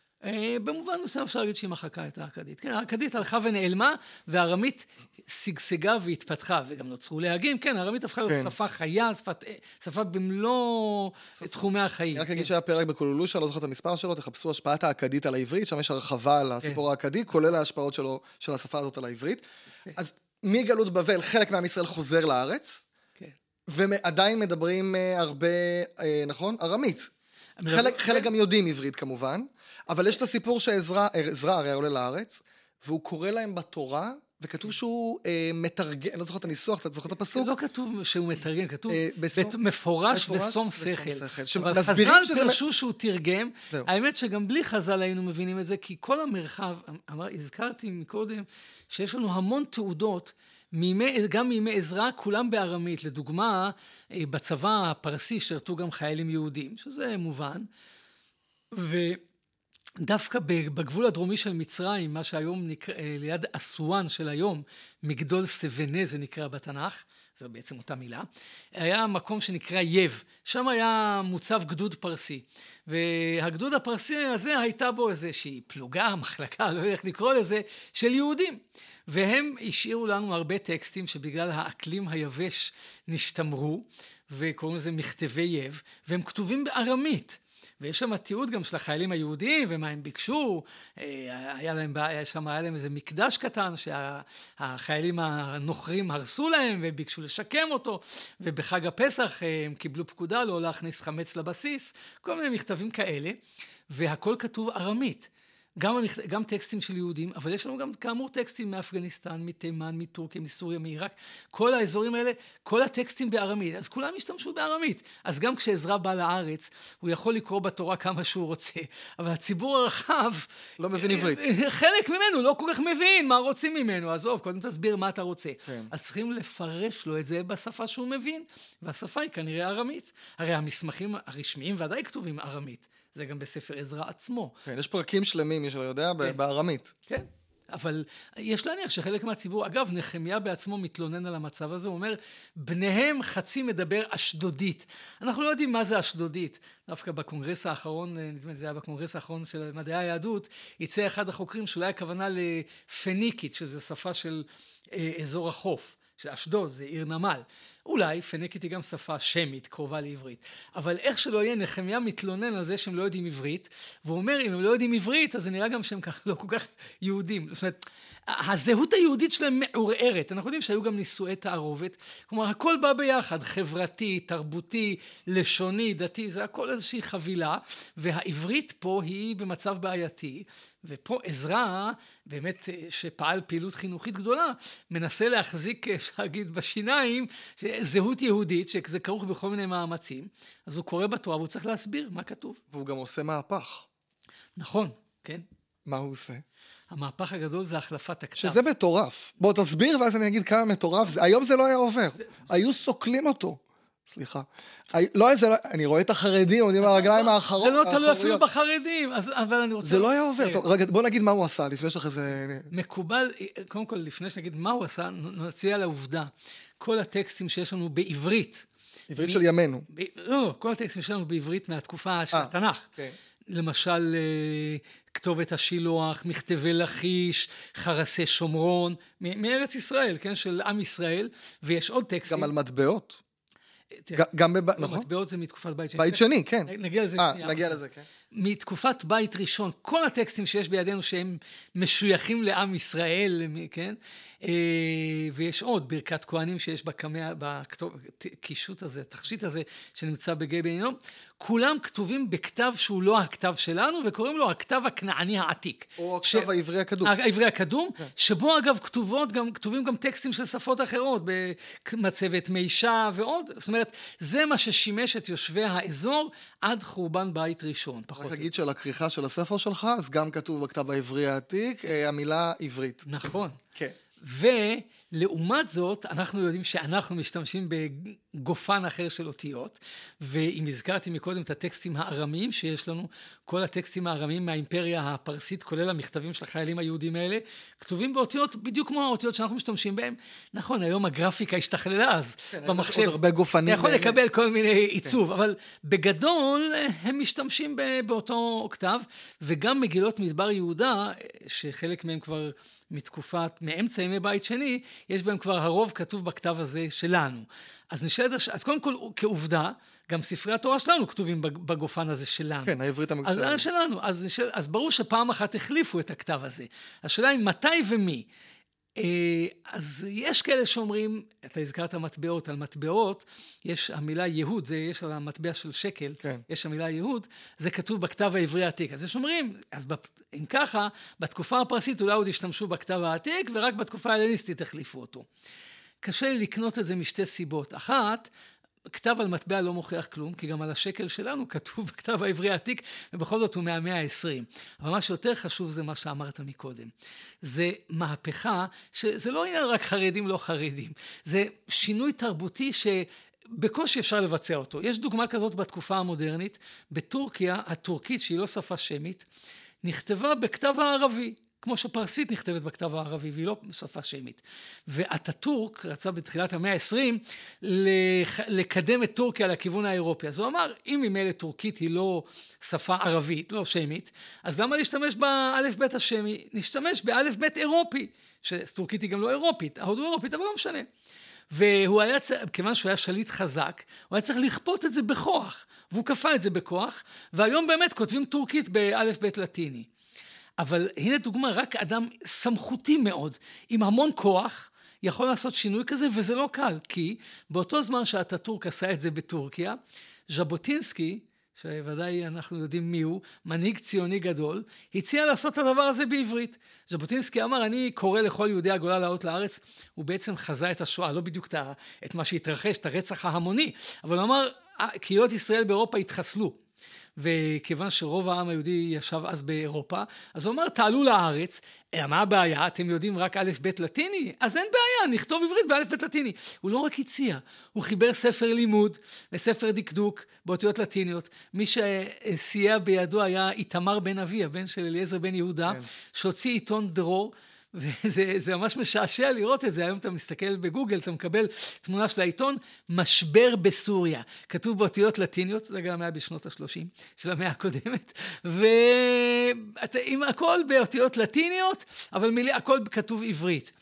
במובן מסוים אפשר להגיד שהיא מחקה את האכדית. כן, האכדית הלכה ונעלמה, והארמית שגשגה והתפתחה, וגם נוצרו להגים. כן, הארמית הפכה להיות שפה חיה, שפה במלוא תחומי החיים. אני רק אגיד שהיה פרק בקולולושה, לא זוכר את המספר שלו, תחפשו השפעת האכדית על העברית, שם יש הרחבה על הסיפור האכדי, כולל ההשפעות שלו, של השפה הזאת על העברית. אז מגלות בבל, חלק מעם ישראל חוזר לארץ, ועדיין מדברים הרבה, נכון? ארמית. חלק גם יודעים עברית כמובן, אבל יש את הסיפור שעזרא הרי עולה לארץ, והוא קורא להם בתורה, וכתוב שהוא מתרגם, אני לא זוכר את הניסוח, אתה זוכר את הפסוק? לא כתוב שהוא מתרגם, כתוב מפורש ושום שכל. אבל חז"ל פרשו שהוא תרגם, האמת שגם בלי חז"ל היינו מבינים את זה, כי כל המרחב, הזכרתי מקודם, שיש לנו המון תעודות, גם מימי עזרא, כולם בארמית. לדוגמה, בצבא הפרסי שרתו גם חיילים יהודים, שזה מובן. ודווקא בגבול הדרומי של מצרים, מה שהיום נקרא, ליד אסואן של היום, מגדול סבנה זה נקרא בתנ"ך, זו בעצם אותה מילה, היה מקום שנקרא יב, שם היה מוצב גדוד פרסי, והגדוד הפרסי הזה הייתה בו איזושהי פלוגה, מחלקה, לא יודע איך לקרוא לזה, של יהודים. והם השאירו לנו הרבה טקסטים שבגלל האקלים היבש נשתמרו, וקוראים לזה מכתבי יב, והם כתובים בארמית. ויש שם תיעוד גם של החיילים היהודים, ומה הם ביקשו, היה להם איזה מקדש קטן, שהחיילים הנוכרים הרסו להם, וביקשו לשקם אותו, ובחג הפסח הם קיבלו פקודה לא להכניס חמץ לבסיס, כל מיני מכתבים כאלה, והכל כתוב ארמית. גם טקסטים של יהודים, אבל יש לנו גם כאמור טקסטים מאפגניסטן, מתימן, מטורקיה, מסוריה, מעיראק, כל האזורים האלה, כל הטקסטים בארמית, אז כולם השתמשו בארמית. אז גם כשעזרא בא לארץ, הוא יכול לקרוא בתורה כמה שהוא רוצה, אבל הציבור הרחב לא מבין עברית. חלק ממנו לא כל כך מבין מה רוצים ממנו, עזוב, קודם תסביר מה אתה רוצה. כן. אז צריכים לפרש לו את זה בשפה שהוא מבין, והשפה היא כנראה ארמית. הרי המסמכים הרשמיים ודאי כתובים ארמית. זה גם בספר עזרא עצמו. כן, יש פרקים שלמים, מי שלא יודע, בארמית. כן, אבל יש להניח שחלק מהציבור, אגב, נחמיה בעצמו מתלונן על המצב הזה, הוא אומר, בניהם חצי מדבר אשדודית. אנחנו לא יודעים מה זה אשדודית. דווקא בקונגרס האחרון, נדמה לי זה היה בקונגרס האחרון של מדעי היהדות, יצא אחד החוקרים שאולי הכוונה לפניקית, שזה שפה של אזור החוף. שאשדוד זה עיר נמל. אולי פניקית היא גם שפה שמית, קרובה לעברית. אבל איך שלא יהיה, נחמיה מתלונן על זה שהם לא יודעים עברית, והוא אומר, אם הם לא יודעים עברית, אז זה נראה גם שהם לא כל כך יהודים. זאת אומרת, הזהות היהודית שלהם מעורערת. אנחנו יודעים שהיו גם נישואי תערובת. כלומר, הכל בא ביחד, חברתי, תרבותי, לשוני, דתי, זה הכל איזושהי חבילה, והעברית פה היא במצב בעייתי, ופה עזרא, באמת שפעל פעילות חינוכית גדולה, מנסה להחזיק, אפשר להגיד, בשיניים, זהות יהודית, שזה כרוך בכל מיני מאמצים, אז הוא קורא בתורה, והוא צריך להסביר מה כתוב. והוא גם עושה מהפך. נכון, כן. מה הוא עושה? המהפך הגדול זה החלפת הכתב. שזה מטורף. בוא תסביר ואז אני אגיד כמה מטורף זה. היום זה לא היה עובר. היו סוקלים אותו. סליחה. אני רואה את החרדים, עומדים הרגליים האחרות. זה לא תלוי אפילו בחרדים, אבל אני רוצה... זה לא היה עובר. רגע, בוא נגיד מה הוא עשה, לפני שאחרי זה... מקובל, קודם כל, לפני שנגיד מה הוא עשה, נציע לעובדה. כל הטקסטים שיש לנו בעברית. עברית של ימינו. לא, כל הטקסטים שיש לנו בעברית מהתקופה של התנ"ך. למשל, כתובת השילוח, מכתבי לכיש, חרסי שומרון, מארץ ישראל, כן, של עם ישראל, ויש עוד טקסטים. גם על מטבעות. גם נכון? מטבעות זה מתקופת בית שני. בית שני, כן. נגיע לזה. נגיע לזה, כן. מתקופת בית ראשון, כל הטקסטים שיש בידינו שהם משויכים לעם ישראל, כן? ויש עוד ברכת כהנים שיש בקישוט הזה, תכשיט הזה שנמצא בגיא בן הינום, כולם כתובים בכתב שהוא לא הכתב שלנו, וקוראים לו הכתב הכנעני העתיק. או הכתב העברי הקדום. העברי הקדום, שבו אגב כתובים גם טקסטים של שפות אחרות, במצבת מישה ועוד, זאת אומרת, זה מה ששימש את יושבי האזור עד חורבן בית ראשון. רק אגיד של הכריכה של הספר שלך, אז גם כתוב בכתב העברי העתיק, המילה עברית. נכון. כן. ולעומת זאת, אנחנו יודעים שאנחנו משתמשים בגופן אחר של אותיות, ואם הזכרתי מקודם את הטקסטים הארמיים שיש לנו, כל הטקסטים הארמיים מהאימפריה הפרסית, כולל המכתבים של החיילים היהודים האלה, כתובים באותיות בדיוק כמו האותיות שאנחנו משתמשים בהן. נכון, היום הגרפיקה השתכללה אז במחשב. עוד הרבה גופנים. אתה יכול לקבל כל מיני עיצוב, אבל בגדול הם משתמשים באותו כתב, וגם מגילות מדבר יהודה, שחלק מהם כבר מאמצע ימי בית שני, יש בהם כבר הרוב כתוב בכתב הזה שלנו. אז קודם כל, כעובדה, גם ספרי התורה שלנו כתובים בגופן הזה שלנו. כן, העברית המקצועית. אז שלנו. אז ברור שפעם אחת החליפו את הכתב הזה. השאלה היא מתי ומי. אז יש כאלה שאומרים, אתה הזכרת מטבעות, על מטבעות, יש המילה יהוד, זה יש על המטבע של שקל, כן. יש המילה יהוד, זה כתוב בכתב העברי העתיק. אז יש אומרים, אז אם ככה, בתקופה הפרסית אולי עוד השתמשו בכתב העתיק, ורק בתקופה ההלניסטית החליפו אותו. קשה לי לקנות את זה משתי סיבות. אחת, כתב על מטבע לא מוכיח כלום, כי גם על השקל שלנו כתוב בכתב העברי העתיק, ובכל זאת הוא מהמאה ה-20. אבל מה שיותר חשוב זה מה שאמרת מקודם. זה מהפכה, שזה לא עניין רק חרדים לא חרדים, זה שינוי תרבותי שבקושי אפשר לבצע אותו. יש דוגמה כזאת בתקופה המודרנית, בטורקיה, הטורקית שהיא לא שפה שמית, נכתבה בכתב הערבי. כמו שפרסית נכתבת בכתב הערבי, והיא לא שפה שמית. ואטאטורק רצה בתחילת המאה ה-20 לקדם את טורקיה לכיוון האירופי. אז הוא אמר, אם ממילא טורקית היא לא שפה ערבית, לא שמית, אז למה להשתמש באלף בית השמי? נשתמש באלף בית אירופי, שטורקית היא גם לא אירופית, ההודו אירופית, אבל לא משנה. והוא היה, כיוון שהוא היה שליט חזק, הוא היה צריך לכפות את זה בכוח, והוא כפה את זה בכוח, והיום באמת כותבים טורקית באלף בית לטיני. אבל הנה דוגמה, רק אדם סמכותי מאוד, עם המון כוח, יכול לעשות שינוי כזה, וזה לא קל, כי באותו זמן שאטאטורק עשה את זה בטורקיה, ז'בוטינסקי, שוודאי אנחנו יודעים מי הוא, מנהיג ציוני גדול, הציע לעשות את הדבר הזה בעברית. ז'בוטינסקי אמר, אני קורא לכל יהודי הגולה לעלות לארץ, הוא בעצם חזה את השואה, לא בדיוק את מה שהתרחש, את הרצח ההמוני, אבל הוא אמר, קהילות ישראל באירופה התחסלו. וכיוון שרוב העם היהודי ישב אז באירופה, אז הוא אמר, תעלו לארץ, מה הבעיה? אתם יודעים רק א' ב' לטיני? אז אין בעיה, נכתוב עברית בא' ב' לטיני. הוא לא רק הציע, הוא חיבר ספר לימוד וספר דקדוק באותיות לטיניות. מי שסייע בידו היה איתמר בן אבי, הבן של אליעזר בן יהודה, שהוציא עיתון דרור, וזה ממש משעשע לראות את זה. היום אתה מסתכל בגוגל, אתה מקבל תמונה של העיתון, משבר בסוריה. כתוב באותיות לטיניות, זה גם היה בשנות ה-30 של המאה הקודמת, ועם הכל באותיות לטיניות, אבל הכל כתוב עברית.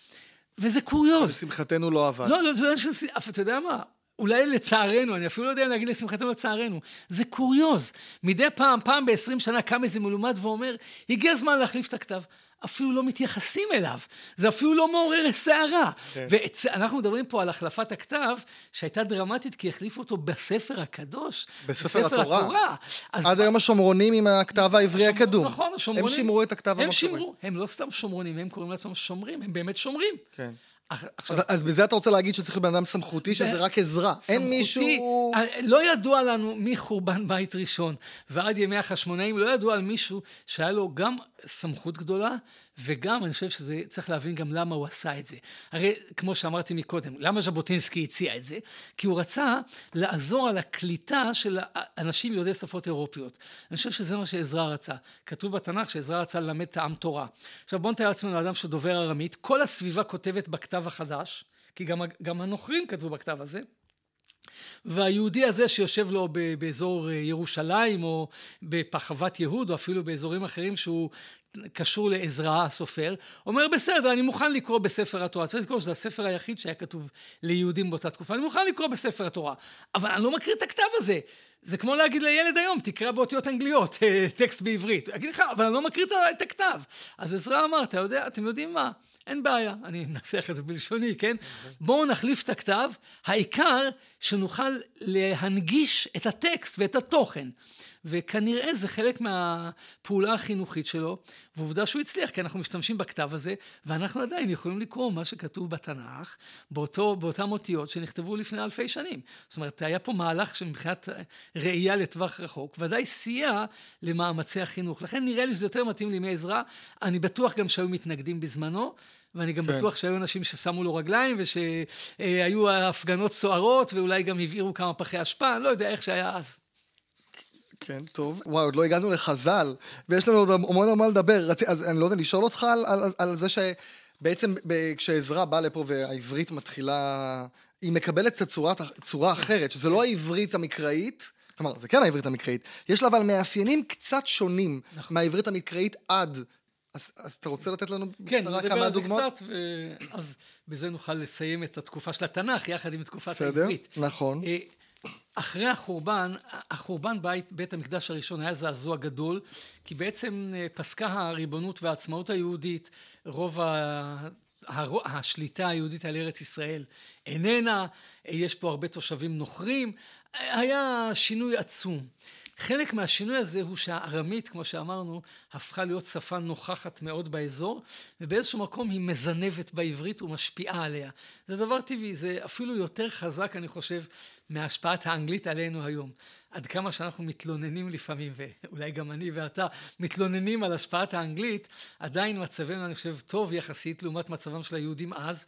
וזה קוריוז. לשמחתנו לא עבד. לא, זה לא אתה יודע מה? אולי לצערנו, אני אפילו לא יודע להגיד לשמחתנו לצערנו, זה קוריוז. מדי פעם ב-20 שנה קם איזה מלומד ואומר, הגיע הזמן להחליף את הכתב. אפילו לא מתייחסים אליו. זה אפילו לא מעורר שערה. כן. ואנחנו מדברים פה על החלפת הכתב, שהייתה דרמטית, כי החליפו אותו בספר הקדוש. בספר התורה. עד היום השומרונים עם הכתב העברי הקדום. נכון, השומרונים. הם שימרו את הכתב המקורי. הם לא סתם שומרונים, הם קוראים לעצמם שומרים, הם באמת שומרים. כן. אז בזה אתה רוצה להגיד שצריך בן אדם סמכותי, שזה רק עזרה. אין מישהו... לא ידוע לנו מחורבן בית ראשון ועד ימי החשמונאים, לא ידוע על מישהו שהיה לו גם סמכות גדולה, וגם אני חושב שזה צריך להבין גם למה הוא עשה את זה. הרי כמו שאמרתי מקודם, למה ז'בוטינסקי הציע את זה? כי הוא רצה לעזור על הקליטה של אנשים יודעי שפות אירופיות. אני חושב שזה מה שעזרא רצה. כתוב בתנ"ך שעזרא רצה ללמד את העם תורה. עכשיו בוא נתאר לעצמנו אדם שדובר ארמית, כל הסביבה כותבת בכתב החדש, כי גם הנוכרים כתבו בכתב הזה, והיהודי הזה שיושב לו באזור ירושלים או בפחוות יהוד או אפילו באזורים אחרים שהוא קשור לעזרא הסופר, אומר בסדר, אני מוכן לקרוא בספר התורה, צריך לקרוא שזה הספר היחיד שהיה כתוב ליהודים באותה תקופה, אני מוכן לקרוא בספר התורה, אבל אני לא מכיר את הכתב הזה. זה כמו להגיד לילד היום, תקרא באותיות אנגליות, טקסט בעברית. אגיד לך, אבל אני לא מכיר את הכתב. אז עזרא אמר, אתם יודעים מה? אין בעיה, אני מנסח את זה בלשוני, כן? בואו נחליף את הכתב, העיקר שנוכל להנגיש את הטקסט ואת התוכן. וכנראה זה חלק מהפעולה החינוכית שלו, ועובדה שהוא הצליח, כי אנחנו משתמשים בכתב הזה, ואנחנו עדיין יכולים לקרוא מה שכתוב בתנ"ך, באותם אותיות שנכתבו לפני אלפי שנים. זאת אומרת, היה פה מהלך שמבחינת ראייה לטווח רחוק, ודאי סייע למאמצי החינוך. לכן נראה לי שזה יותר מתאים לימי עזרא, אני בטוח גם שהיו מתנגדים בזמנו, ואני גם בטוח שהיו אנשים ששמו לו רגליים, ושהיו הפגנות סוערות, ואולי גם הבעירו כמה פחי אשפה, אני לא יודע איך שהיה אז. כן, טוב. וואו, עוד לא הגענו לחז"ל, ויש לנו עוד המון מה לדבר. אז אני לא יודע, לשאול אותך על זה שבעצם כשעזרא בא לפה והעברית מתחילה, היא מקבלת את צורה אחרת, שזה לא העברית המקראית, כלומר, זה כן העברית המקראית, יש לה אבל מאפיינים קצת שונים מהעברית המקראית עד. אז אתה רוצה לתת לנו בקצרה כמה דוגמאות? כן, נדבר על זה קצת, אז בזה נוכל לסיים את התקופה של התנ"ך, יחד עם תקופת העברית. בסדר, נכון. אחרי החורבן בית המקדש הראשון היה זעזוע גדול, כי בעצם פסקה הריבונות והעצמאות היהודית, רוב השליטה היהודית על ארץ ישראל איננה, יש פה הרבה תושבים נוכרים, היה שינוי עצום. חלק מהשינוי הזה הוא שהארמית, כמו שאמרנו, הפכה להיות שפה נוכחת מאוד באזור, ובאיזשהו מקום היא מזנבת בעברית ומשפיעה עליה. זה דבר טבעי, זה אפילו יותר חזק, אני חושב, מהשפעת האנגלית עלינו היום. עד כמה שאנחנו מתלוננים לפעמים, ואולי גם אני ואתה מתלוננים על השפעת האנגלית, עדיין מצבנו, אני חושב, טוב יחסית לעומת מצבם של היהודים אז,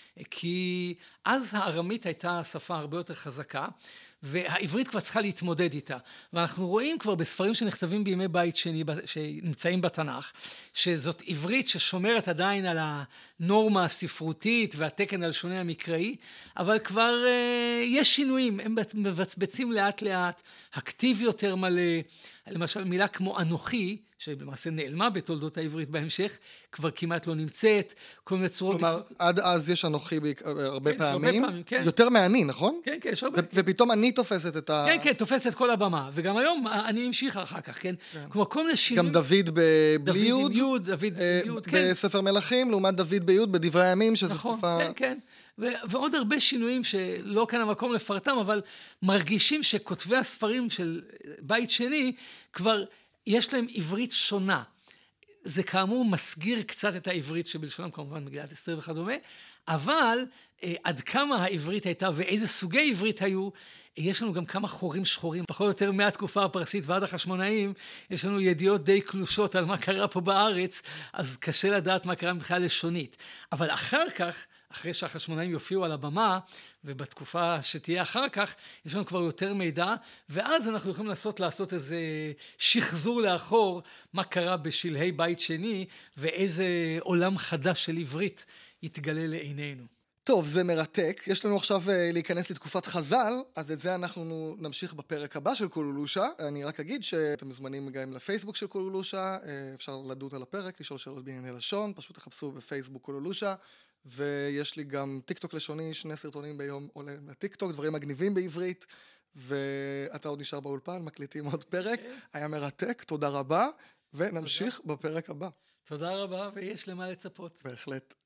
כי אז הארמית הייתה שפה הרבה יותר חזקה, והעברית כבר צריכה להתמודד איתה. ואנחנו רואים כבר בספרים שנכתבים בימי בית שני, שנמצאים בתנ"ך, שזאת עברית ששומרת עדיין על הנורמה הספרותית והתקן הלשוני המקראי, אבל כבר יש שינויים, הם מבצבצים לאט לאט, הכתיב יותר מלא, למשל מילה כמו אנוכי, שבמעשה נעלמה בתולדות העברית בהמשך, כבר כמעט לא נמצאת, כל מיני צורות... כלומר, עד אז יש אנוכי הרבה כן, פעמים, כן. יותר מעני, נכון? כן, כן, יש הרבה. ופתאום אני תופסת את ה... כן, כן, תופסת את כל הבמה, וגם היום אני אמשיך אחר כך, כן? כלומר, כל מיני שינויים... גם דוד בלי יוד, דוד ביוד, כן. בספר מלכים, לעומת דוד ביוד בדברי הימים, שזו תקופה... נכון, כן, כן. ועוד הרבה שינויים שלא כאן המקום לפרטם, אבל מרגישים שכותבי הספרים של בית שני, כבר יש להם עברית שונה. זה כאמור מסגיר קצת את העברית שבלשונם, כמובן מגילת אסתר וכדומה, אבל עד כמה העברית הייתה ואיזה סוגי עברית היו, יש לנו גם כמה חורים שחורים, פחות או יותר מהתקופה הפרסית ועד החשמונאים, יש לנו ידיעות די קלושות על מה קרה פה בארץ, אז קשה לדעת מה קרה מבחינה לשונית. אבל אחר כך, אחרי שהחשמונאים יופיעו על הבמה, ובתקופה שתהיה אחר כך, יש לנו כבר יותר מידע, ואז אנחנו יכולים לעשות איזה שחזור לאחור, מה קרה בשלהי בית שני, ואיזה עולם חדש של עברית יתגלה לעינינו. טוב, זה מרתק. יש לנו עכשיו להיכנס לתקופת חז"ל, אז את זה אנחנו נמשיך בפרק הבא של קולולושה. אני רק אגיד שאתם מוזמנים גם לפייסבוק של קולולושה, אפשר לדות על הפרק, לשאול שאלות בענייני לשון, פשוט תחפשו בפייסבוק קולולושה, ויש לי גם טיקטוק לשוני, 2 סרטונים ביום עולה לטיקטוק, דברים מגניבים בעברית, ואתה עוד נשאר באולפן, מקליטים עוד פרק, היה מרתק, תודה רבה, ונמשיך בפרק הבא. תודה רבה, ויש למה לצפות. בהחלט.